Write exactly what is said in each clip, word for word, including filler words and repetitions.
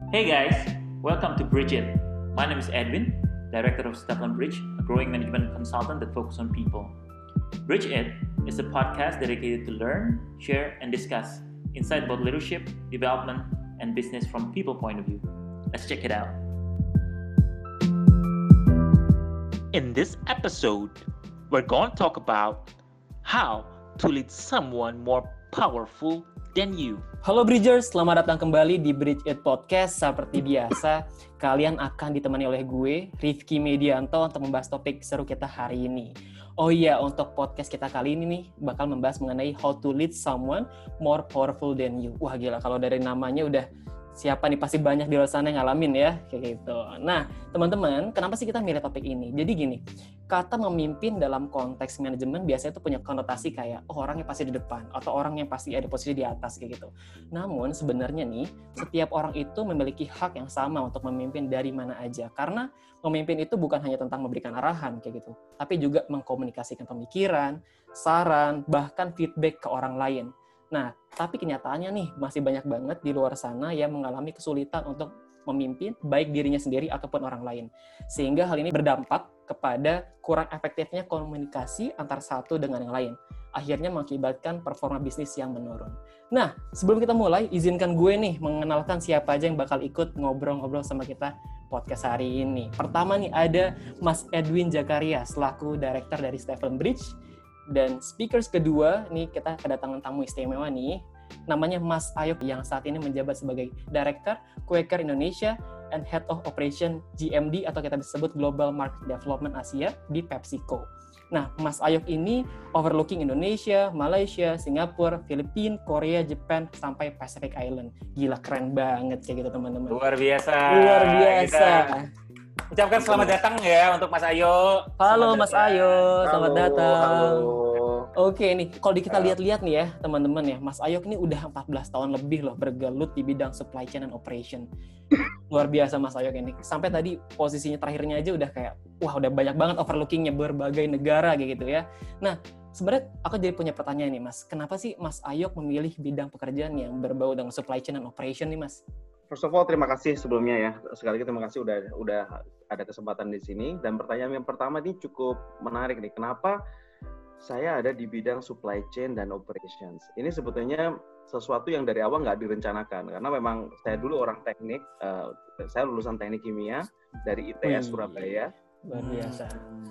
Hey guys, welcome to Bridge It. My name is Edwin, Director of Stefan Bridge, a growing management consultant that focuses on people. Bridge It is a podcast dedicated to learn, share, and discuss insight about leadership, development, and business from people point of view. Let's check it out. In this episode, we're going to talk about how to lead someone more powerful than you. Halo Bridgers, selamat datang kembali di Bridge It Podcast. Seperti biasa, kalian akan ditemani oleh gue, Rifki Medianto, untuk membahas topik seru kita hari ini. Oh iya, untuk podcast kita kali ini nih, bakal membahas mengenai how to lead someone more powerful than you. Wah gila, kalau dari namanya udah siapa nih, pasti banyak di luar sana yang ngalamin ya, kayak gitu. Nah, teman-teman, kenapa sih kita milih topik ini? Jadi gini, kata memimpin dalam konteks manajemen biasanya itu punya konotasi kayak, oh orang yang pasti di depan, atau orang yang pasti ada posisi di atas, kayak gitu. Namun, sebenarnya nih, setiap orang itu memiliki hak yang sama untuk memimpin dari mana aja. Karena memimpin itu bukan hanya tentang memberikan arahan, kayak gitu, tapi juga mengkomunikasikan pemikiran, saran, bahkan feedback ke orang lain. Nah, tapi kenyataannya nih, masih banyak banget di luar sana yang mengalami kesulitan untuk memimpin baik dirinya sendiri ataupun orang lain. Sehingga hal ini berdampak kepada kurang efektifnya komunikasi antara satu dengan yang lain. Akhirnya mengakibatkan performa bisnis yang menurun. Nah, sebelum kita mulai, izinkan gue nih mengenalkan siapa aja yang bakal ikut ngobrol-ngobrol sama kita podcast hari ini. Pertama nih ada Mas Edwin Jakaria, selaku Director dari Stefan Bridge. Dan speakers kedua, nih kita kedatangan tamu istimewa nih, namanya Mas Ayok yang saat ini menjabat sebagai Director Quaker Indonesia and Head of Operation G M D atau kita disebut Global Market Development Asia di PepsiCo. Nah, Mas Ayok ini overlooking Indonesia, Malaysia, Singapura, Filipina, Korea, Jepang, sampai Pacific Island. Gila, keren banget kayak gitu teman-teman. Luar biasa. Luar biasa. Kita ucapkan selamat datang ya untuk Mas Ayo. Halo selamat Mas datang. Ayo, selamat Halo, datang. halo. Oke nih, kalau kita lihat-lihat nih ya teman-teman ya, Mas Ayok ini udah empat belas tahun lebih loh bergelut di bidang supply chain and operation. Luar biasa Mas Ayok ini. Sampai tadi posisinya terakhirnya aja udah kayak, wah udah banyak banget overlookingnya berbagai negara kayak gitu ya. Nah, sebenarnya aku jadi punya pertanyaan nih Mas, kenapa sih Mas Ayok memilih bidang pekerjaan yang berbau dengan supply chain and operation nih Mas? First of all, terima kasih sebelumnya ya. Sekali lagi terima kasih udah udah ada kesempatan di sini. Dan pertanyaan yang pertama ini cukup menarik nih. Kenapa saya ada di bidang supply chain dan operations? Ini sebetulnya sesuatu yang dari awal nggak direncanakan. Karena memang saya dulu orang teknik. Uh, saya lulusan teknik kimia dari I T S Surabaya. Luar biasa.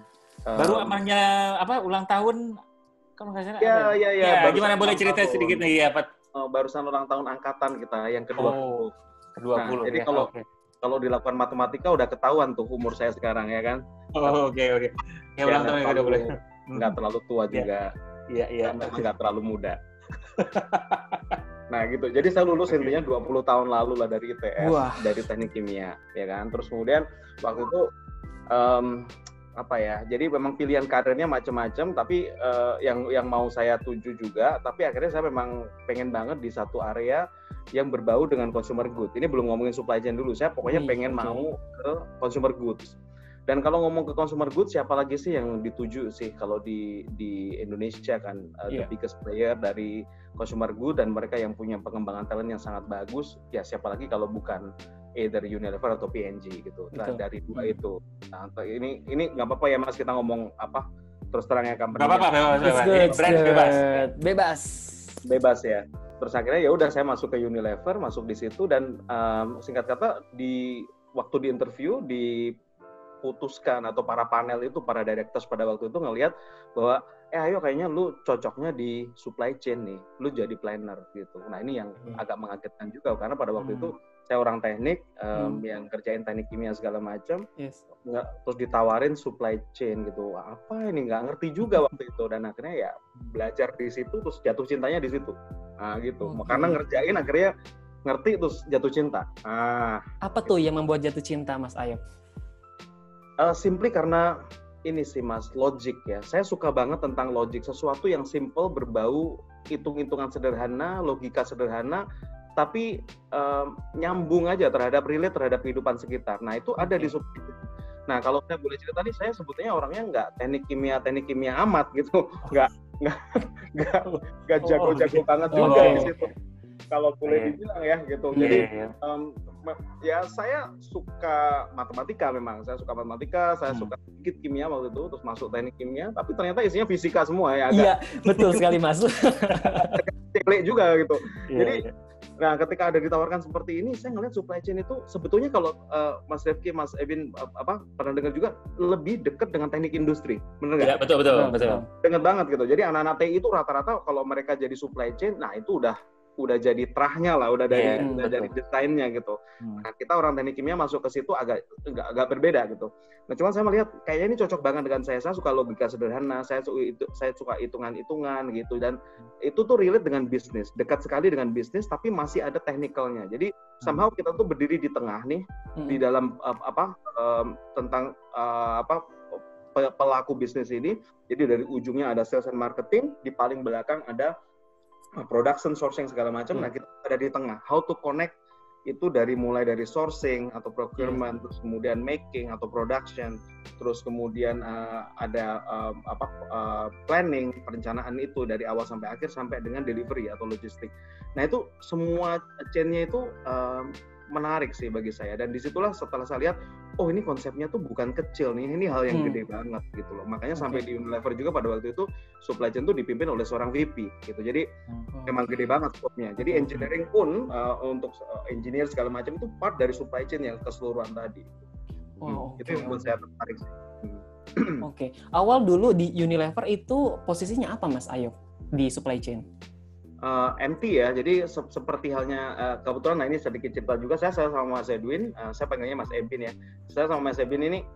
Um, Baru amalnya apa ulang tahun? Kalau nggak salah. Ya, ada. ya, ya. Ya, gimana boleh cerita tahun. sedikit nih ya, Pak? Uh, barusan ulang tahun angkatan kita yang kedua puluh. Oh. dua puluh Nah, jadi ya. kalau okay. kalau dilakukan matematika udah ketahuan tuh umur saya sekarang ya kan. Oh, oke oke. Ya ulang tahun ya udah boleh. Nggak terlalu tua juga. Iya iya. Memang nggak terlalu muda. Nah gitu. Jadi saya lulus Okay. intinya dua puluh tahun lalu lah dari I T S, Wah. dari teknik kimia, ya kan. Terus kemudian waktu itu um, apa ya? Jadi memang pilihan karirnya macam-macam, tapi uh, yang yang mau saya tuju juga. Tapi akhirnya saya memang pengen banget di satu area yang berbau dengan consumer goods. Ini belum ngomongin supply chain dulu. Saya pokoknya Wih, pengen okay. mau ke consumer goods. Dan kalau ngomong ke consumer goods, siapa lagi sih yang dituju sih kalau di di Indonesia kan uh, Yeah. the biggest player dari consumer goods dan mereka yang punya pengembangan talent yang sangat bagus. Ya siapa lagi kalau bukan either Unilever atau P and G gitu. Nah, Betul. dari dua itu. Nah, ini ini nggak apa-apa ya Mas kita ngomong apa terus terangnya company. Nggak apa-apa, bebas, It's bebas. good, Ini it's brand good. bebas. Bebas. Bebas ya. Terus akhirnya ya udah saya masuk ke Unilever, masuk di situ dan um, singkat kata di waktu di interview diputuskan atau para panel itu para directors pada waktu itu ngelihat bahwa eh ayo kayaknya lu cocoknya di supply chain nih, lu jadi planner gitu. Nah ini yang Hmm. agak mengagetkan juga karena pada waktu Hmm. itu saya orang teknik um, Hmm. yang kerjain teknik kimia segala macam. Yes. Nggak, terus ditawarin supply chain gitu. Wah, apa ini nggak ngerti juga waktu itu dan akhirnya ya belajar di situ terus jatuh cintanya di situ. Nah gitu. Oke. Karena ngerjain akhirnya ngerti terus jatuh cinta. Ah, Apa tuh yang membuat jatuh cinta Mas Ayok? uh, simply karena ini sih Mas, logik ya. Saya suka banget tentang logik, sesuatu yang simple berbau hitung-hitungan sederhana, logika sederhana tapi um, nyambung aja terhadap relate terhadap kehidupan sekitar. Nah, itu ada Oke. di supply chain. Nah, kalau saya boleh cerita nih, saya sebetulnya orangnya nggak teknik kimia teknik kimia amat gitu, nggak nggak nggak nggak jago-jago banget Oh, juga oke. di situ. kalau boleh Yeah. dibilang ya gitu. Yeah, Jadi yeah. um, ya saya suka matematika memang. Saya suka matematika, saya Hmm. suka sedikit kimia waktu itu, terus masuk teknik kimia, tapi ternyata isinya fisika semua ya. Iya, betul sekali Mas. Agak juga gitu. Yeah, Jadi yeah. nah, ketika ada ditawarkan seperti ini, saya ngelihat supply chain itu sebetulnya kalau uh, Mas Rifki, Mas Ebin uh, apa pernah dengar juga lebih dekat dengan teknik industri, benar nggak? Ya, betul betul betul. Dekat banget gitu. Jadi anak-anak T I itu rata-rata kalau mereka jadi supply chain, nah itu udah udah jadi terahnya lah, udah dari Yeah, udah betul. dari desainnya gitu. Hmm. Nah, kita orang teknik kimia masuk ke situ agak agak, agak berbeda gitu. Nah, cuma saya melihat kayaknya ini cocok banget dengan saya. Saya suka logika sederhana, saya suka itu, saya suka hitungan-hitungan gitu, dan itu tuh relate dengan bisnis, dekat sekali dengan bisnis, tapi masih ada technicalnya. Jadi somehow kita tuh berdiri di tengah nih, Hmm. di dalam uh, apa um, tentang uh, apa pe- pelaku bisnis ini. Jadi dari ujungnya ada sales and marketing, di paling belakang ada production, sourcing segala macam. Hmm. Nah, kita ada di tengah. How to connect itu dari mulai dari sourcing atau procurement, terus kemudian making atau production, terus kemudian uh, ada uh, apa uh, planning, perencanaan itu dari awal sampai akhir sampai dengan delivery atau logistik. Nah, itu semua chain-nya itu um, menarik sih bagi saya, dan disitulah setelah saya lihat, oh ini konsepnya tuh bukan kecil nih, ini hal yang Hmm. gede banget gitu loh. Makanya Oke. sampai di Unilever juga pada waktu itu supply chain tuh dipimpin oleh seorang V P gitu. Jadi memang gede banget scope-nya. Jadi engineering pun uh, untuk uh, engineer segala macam itu part dari supply chain yang keseluruhan tadi. Wow, Hmm, itu oke, yang membuat oke. saya tertarik sih. Hmm. Oke, awal dulu di Unilever itu posisinya apa Mas Ayub di supply chain? Uh, M T ya, jadi se- seperti halnya uh, kebetulan, nah ini sedikit cerita juga, saya, saya sama Mas Edwin, uh, saya panggilnya Mas Ebin ya, saya sama Mas Ebin ini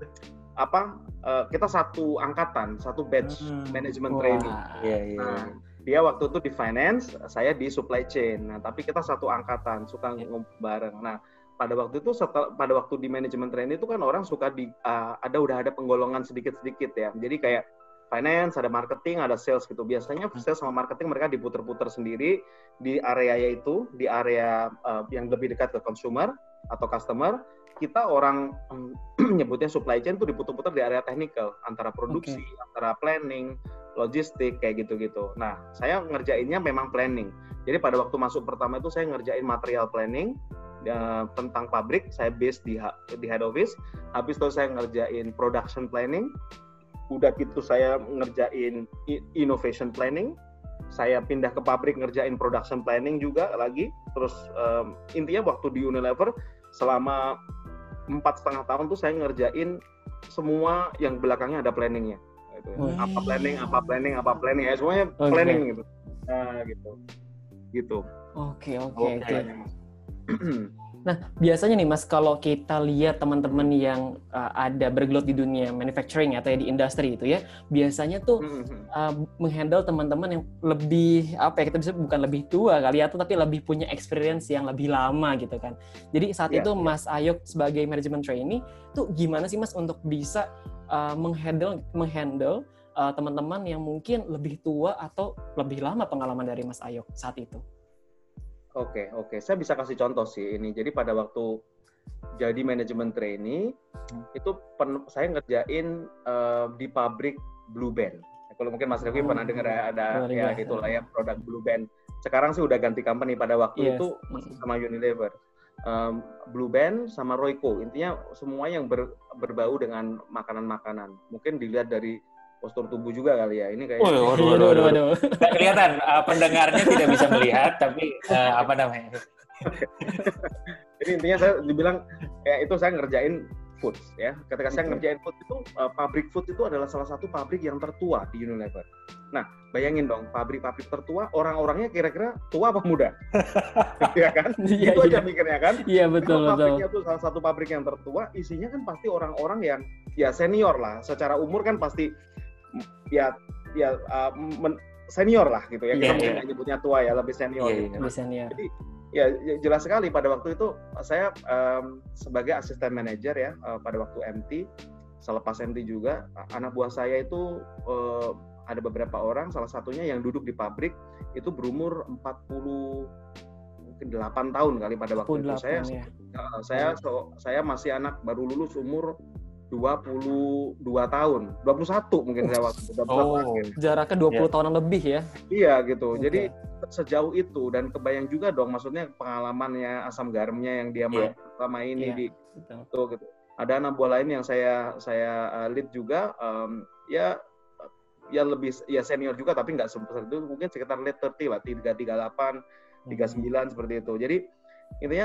apa uh, kita satu angkatan, satu batch Hmm. management Wah. training. Iya iya. Nah, dia waktu itu di finance, saya di supply chain. Nah, tapi kita satu angkatan, suka ngumpul bareng. Nah, pada waktu itu setelah pada waktu di manajemen training itu kan orang suka di uh, ada udah ada penggolongan sedikit-sedikit ya. Jadi kayak finance, ada marketing, ada sales gitu. Biasanya sales sama marketing mereka diputer-puter sendiri di area yaitu di area uh, yang lebih dekat ke consumer atau customer. Kita orang menyebutnya supply chain tuh diputer-puter di area technical, antara produksi, Oke. antara planning, logistik kayak gitu-gitu. Nah, saya ngerjainnya memang planning. Jadi pada waktu masuk pertama itu saya ngerjain material planning uh, tentang pabrik, saya base di di head office. Habis itu saya ngerjain production planning. Udah gitu saya ngerjain innovation planning. Saya pindah ke pabrik ngerjain production planning juga lagi. Terus um, intinya waktu di Unilever selama empat setengah tahun tuh saya ngerjain semua yang belakangnya ada planningnya. Gitu. Wih. Apa planning, apa planning, apa planning, ya semuanya Oke. planning gitu. Nah, gitu. Gitu. Oke, oke, Oke. oke. Nah, biasanya nih Mas, kalau kita lihat teman-teman yang uh, ada bergelut di dunia manufacturing atau ya di industri itu ya, biasanya tuh uh, menghandle teman-teman yang lebih apa ya, kita bisa bukan lebih tua kali ya, tapi lebih punya experience yang lebih lama gitu kan. Jadi saat Yeah, itu yeah. Mas Ayuk sebagai management trainee tuh gimana sih Mas untuk bisa uh, menghandle menghandle uh, teman-teman yang mungkin lebih tua atau lebih lama pengalaman dari Mas Ayuk saat itu? Oke, oke. Saya bisa kasih contoh sih ini. Jadi pada waktu jadi manajemen trainee, itu pen, saya ngerjain uh, di pabrik Blue Band. Kalau mungkin Mas Rifki Oh, pernah dengar ya, ada luar ya biasa. itulah ya produk Blue Band. Sekarang sih udah ganti company, pada waktu Yes. itu masih sama Unilever. Um, Blue Band sama Royco, intinya semua yang ber, berbau dengan makanan-makanan. Mungkin dilihat dari postur tubuh juga kali ya. Ini kayak Waduh, waduh, waduh, waduh, waduh. Nggak kelihatan, uh, pendengarnya tidak bisa melihat, tapi uh, apa namanya? Jadi intinya saya dibilang ya itu saya ngerjain food ya. Ketika saya Oke. ngerjain food itu uh, pabrik food itu adalah salah satu pabrik yang tertua di Unilever. Nah, bayangin dong, pabrik-pabrik tertua, orang-orangnya kira-kira tua apa muda? Iya kan? Iya, Itu aja iya. mikirnya kan. Iya, betul, Kalau betul. pabriknya tuh salah satu pabrik yang tertua, isinya kan pasti orang-orang yang ya senior lah. Secara umur kan pasti ya ya uh, men- senior lah gitu ya. Kita Iya, mungkin iya. nggak nyebutnya tua ya, lebih senior. Iya, gitu. iya. Bisa nih ya. Jadi ya ya jelas sekali pada waktu itu saya um, sebagai asisten manajer ya uh, pada waktu M T, selepas M T juga anak buah saya itu uh, ada beberapa orang, salah satunya yang duduk di pabrik itu berumur empat puluh mungkin delapan tahun kali pada waktu itu. Saya ya. uh, saya so, saya masih anak baru lulus umur dua puluh dua tahun, dua puluh satu mungkin saya waktu itu. dua puluh satu Oh, akhir. Jaraknya dua puluh tahunan lebih ya. Iya gitu. Oke. Jadi sejauh itu, dan kebayang juga dong maksudnya pengalamannya, asam garamnya yang dia Yeah. selama ini Yeah, di betul. tuh, gitu. Ada anak buah lain yang saya saya uh, lead juga, um, ya ya lebih ya senior juga tapi nggak sebesar itu, mungkin sekitar late tiga puluh lah, tiga tiga delapan, tiga sembilan seperti itu. Jadi intinya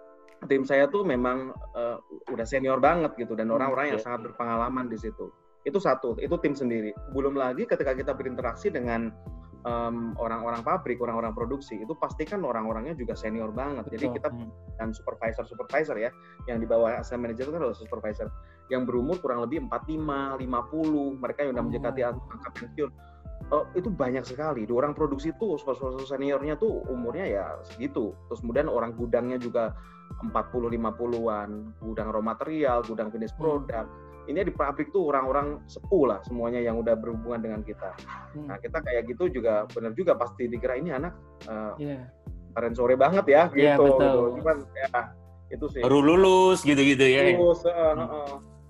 tim saya tuh memang uh, udah senior banget gitu, dan orang-orang yang yeah. sangat berpengalaman di situ. Itu satu, itu tim sendiri. Belum lagi ketika kita berinteraksi dengan um, orang-orang pabrik, orang-orang produksi, itu pastikan orang-orangnya juga senior banget. Betul. Jadi kita dan supervisor-supervisor ya, yang di bawah asset manager itu kan adalah supervisor yang berumur kurang lebih empat puluh lima, lima puluh, mereka yang udah mendekati angka pensiun. Oh, itu banyak sekali. Di orang produksi itu supervisor seniornya tuh umurnya ya segitu. Terus kemudian orang gudangnya juga empat puluh lima puluhan, gudang raw material, gudang finish product. Hmm. Ini di pabrik tuh orang-orang sepuh lah semuanya yang udah berhubungan dengan kita. Hmm. Nah, kita kayak gitu juga benar juga pasti dikira ini anak uh, yeah. keren sore banget ya gitu. Yeah, betul. gitu. Cuman ya itu sih. Baru lulus gitu-gitu ya. Lulus, uh, uh, uh,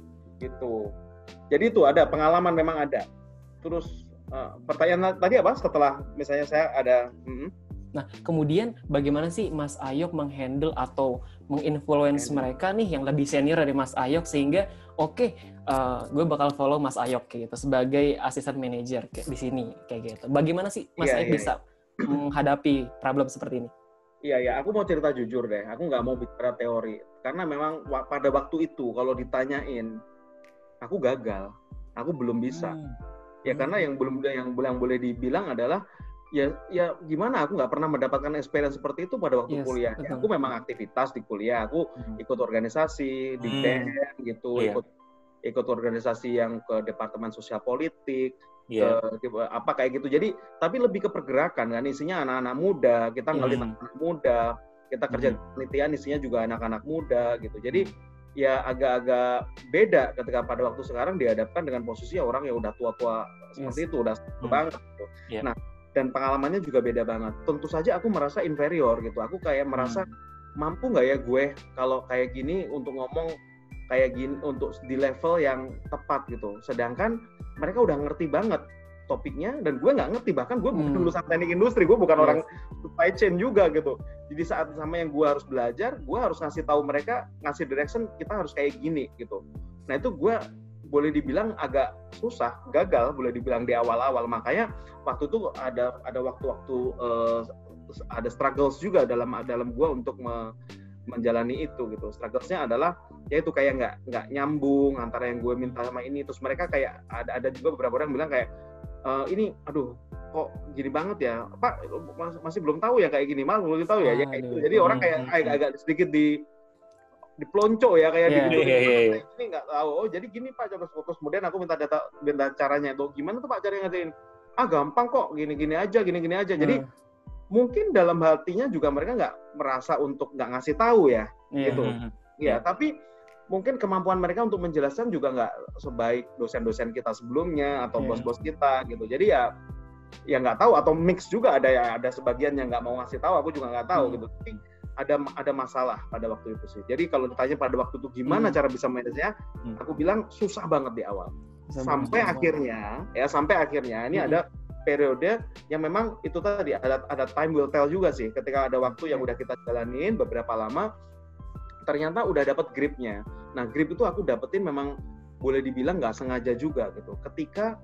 gitu. Jadi itu ada pengalaman, memang ada. Terus uh, pertanyaan tadi apa setelah misalnya saya ada uh, Nah, kemudian bagaimana sih Mas Ayok menghandle atau menginfluence mereka nih yang lebih senior dari Mas Ayok sehingga oke, okay, uh, gue bakal follow Mas Ayok kayak gitu sebagai assistant manager kayak di sini kayak gitu. Bagaimana sih Mas yeah, Ayok yeah, bisa yeah. menghadapi problem seperti ini? Iya ya, aku mau cerita jujur deh. Aku nggak mau bicara teori karena memang pada waktu itu kalau ditanyain, aku gagal, aku belum bisa. Hmm. Ya hmm. karena yang belum yang yang boleh dibilang adalah ya ya gimana, aku nggak pernah mendapatkan experience seperti itu pada waktu yes, kuliah. Ya, aku memang aktivitas di kuliah, aku hmm. ikut organisasi di D N hmm. gitu, yeah. ikut ikut organisasi yang ke Departemen Sosial Politik, yeah. ke, ke apa kayak gitu. Jadi tapi lebih ke pergerakan kan, isinya anak-anak muda, kita ngelihat hmm. anak muda, kita kerja hmm. penelitian isinya juga anak-anak muda gitu. Jadi ya agak-agak beda ketika pada waktu sekarang dihadapkan dengan posisi orang yang udah tua-tua seperti yes. itu, udah hmm. banget gitu. Yeah. Nah, dan pengalamannya juga beda banget. Tentu saja aku merasa inferior gitu. Aku kayak merasa hmm. mampu nggak ya gue kalau kayak gini untuk ngomong kayak gini untuk di level yang tepat gitu. Sedangkan mereka udah ngerti banget topiknya dan gue nggak ngerti. Bahkan gue hmm. lulusan teknik industri, gue bukan yes. orang supply chain juga gitu. Jadi saat sama yang gue harus belajar, gue harus ngasih tahu mereka, ngasih direction kita harus kayak gini gitu. Nah itu gue boleh dibilang agak susah, gagal boleh dibilang di awal-awal. Makanya waktu itu ada ada waktu-waktu uh, ada struggles juga dalam dalam gue untuk me, menjalani itu gitu. Strugglesnya adalah ya itu kayak nggak nggak nyambung antara yang gue minta sama ini. Terus mereka kayak ada ada juga beberapa orang bilang kayak e, ini aduh kok gini banget ya Pak, masih belum tahu ya kayak gini, malah belum tahu ya, ya kayak itu. Jadi orang kayak agak, agak sedikit di dipelonco ya kayak yeah, gitu, yeah, yeah, yeah. ini nggak tahu. Oh jadi gini Pak, coba fokus. Kemudian aku minta data, minta caranya itu gimana tuh Pak caranya ngajarin. Ah gampang kok, gini-gini aja, gini-gini aja. Jadi hmm. mungkin dalam hatinya juga mereka nggak merasa untuk nggak ngasih tahu ya, yeah. gitu. Ya, yeah. tapi mungkin kemampuan mereka untuk menjelaskan juga nggak sebaik dosen-dosen kita sebelumnya atau yeah. bos-bos kita gitu. Jadi ya, ya nggak tahu, atau mix juga ada ya, ada sebagian yang nggak mau ngasih tahu. Aku juga nggak tahu hmm. gitu. Tapi ada ada masalah pada waktu itu sih. Jadi kalau ditanya pada waktu itu gimana hmm. cara bisa manage-nya, hmm. aku bilang susah banget di awal. Sampai, sampai akhirnya, ya sampai akhirnya ini hmm. ada periode yang memang itu tadi ada ada time will tell juga sih. Ketika ada waktu yang udah kita jalanin beberapa lama, ternyata udah dapat grip-nya. Nah grip itu aku dapetin memang boleh dibilang nggak sengaja juga gitu. Ketika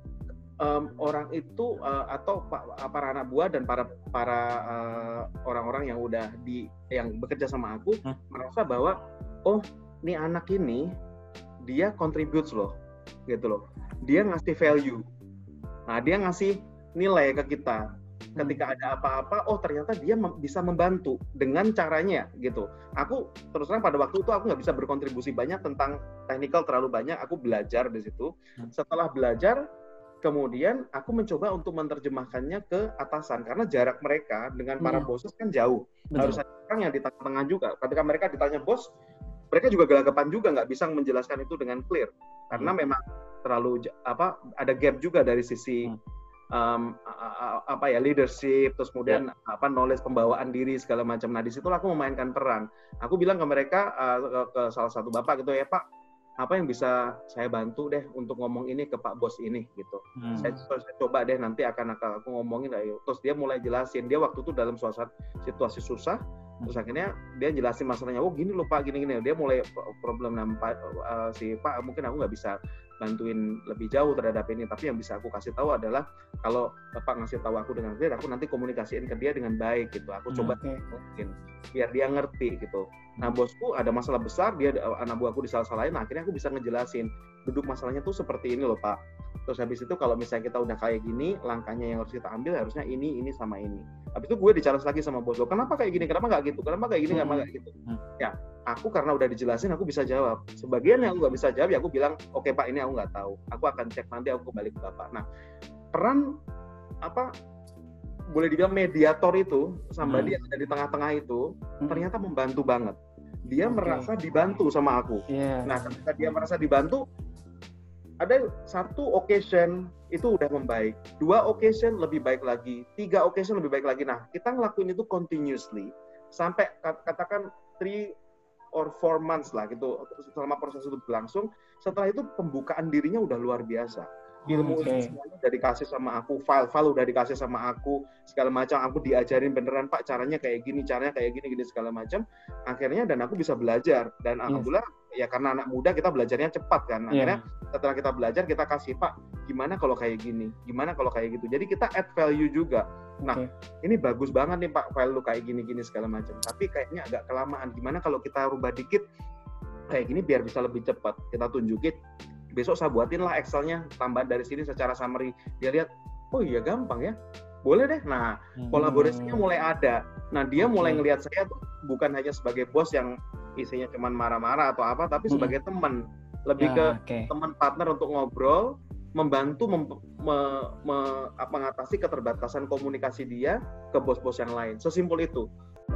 Um, orang itu uh, atau pa, para anak buah dan para para uh, orang-orang yang udah di yang bekerja sama aku hmm. merasa bahwa oh nih anak ini dia contributes loh gitu loh, dia ngasih value, nah dia ngasih nilai ke kita. Ketika ada apa-apa, oh ternyata dia mem- bisa membantu dengan caranya gitu. Aku terus terang pada waktu itu aku nggak bisa berkontribusi banyak tentang technical terlalu banyak. Aku belajar di situ. Setelah belajar, kemudian aku mencoba untuk menerjemahkannya ke atasan karena jarak mereka dengan para hmm. bosses kan jauh. Betul. Harus ada orang yang di tengah-tengah juga. Ketika mereka ditanya bos, mereka juga gelagapan juga nggak bisa menjelaskan itu dengan clear karena hmm. memang terlalu apa ada gap juga dari sisi hmm. um, apa ya leadership, terus kemudian yeah. apa knowledge pembawaan diri segala macam. Nah di situ aku memainkan peran. Aku bilang ke mereka uh, ke, ke salah satu bapak gitu ya Pak. apa yang bisa saya bantu deh untuk ngomong ini ke Pak Bos ini gitu. Hmm. Saya, saya coba deh nanti akan aku ngomongin, terus dia mulai jelasin. Dia waktu itu dalam suasana situasi susah, terus akhirnya dia jelasin masalahnya. Oh gini loh Pak, gini-gini. Dia mulai problem nampak uh, si Pak, mungkin aku nggak bisa bantuin lebih jauh terhadap ini, tapi yang bisa aku kasih tahu adalah kalau Bapak ngasih tahu aku dengan clear, aku nanti komunikasiin ke dia dengan baik gitu. Aku coba okay. mungkin biar dia ngerti gitu. Nah bosku ada masalah besar, dia anak buahku disalah-salahin, nah, akhirnya aku bisa ngejelasin duduk masalahnya tuh seperti ini loh Pak. Terus habis itu kalau misalnya kita udah kayak gini, langkahnya yang harus kita ambil harusnya ini, ini sama ini. Habis itu gue dicaras lagi sama bos gue, kenapa kayak gini, kenapa nggak gitu, kenapa kayak gini, kenapa nggak gitu. Ya aku karena udah dijelasin aku bisa jawab. Sebagian yang aku nggak bisa jawab ya aku bilang oke okay, Pak ini aku nggak tahu, aku akan cek nanti, aku kembali ke Bapak. Nah peran apa boleh dibilang mediator itu sama hmm. dia ada di tengah-tengah itu hmm. ternyata membantu banget. Dia okay. merasa dibantu sama aku. Yeah. Nah ketika dia merasa dibantu, ada satu occasion itu udah membaik, dua occasion lebih baik lagi, tiga occasion lebih baik lagi. Nah kita ngelakuin itu continuously sampai katakan three or four months lah gitu, selama proses itu berlangsung. Setelah itu pembukaan dirinya udah luar biasa. Ilmu okay. semuanya udah dikasih sama aku, file-file udah dikasih sama aku, segala macam. Aku diajarin beneran Pak, caranya kayak gini, caranya kayak gini, gini segala macam. Akhirnya dan aku bisa belajar. Dan yes. alhamdulillah ya karena anak muda kita belajarnya cepat kan. Akhirnya yeah. setelah kita belajar kita kasih Pak, gimana kalau kayak gini, gimana kalau kayak gitu. Jadi kita add value juga. Nah okay. ini bagus banget nih Pak, file lu kayak gini-gini segala macam. Tapi kayaknya agak kelamaan. Gimana kalau kita rubah dikit kayak gini biar bisa lebih cepat. Kita tunjukin. Besok saya buatin lah Excel-nya, tambahan dari sini secara summary. Dia lihat, oh iya gampang ya, boleh deh. Nah, hmm. kolaborasinya mulai ada. Nah, dia mulai ngelihat saya tuh bukan hanya sebagai bos yang isinya cuma marah-marah atau apa, tapi hmm. sebagai teman. Lebih ya, ke okay. teman partner untuk ngobrol, membantu mem, me, me, apa, mengatasi keterbatasan komunikasi dia ke bos-bos yang lain. Sesimpel itu.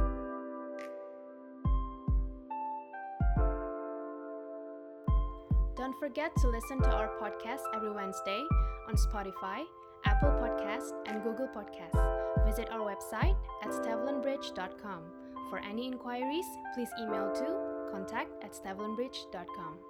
Don't forget to listen to our podcast every Wednesday on Spotify, Apple Podcasts, and Google Podcasts. Visit our website at stevlon bridge dot com. For any inquiries, please email to contact at stevlon bridge dot com.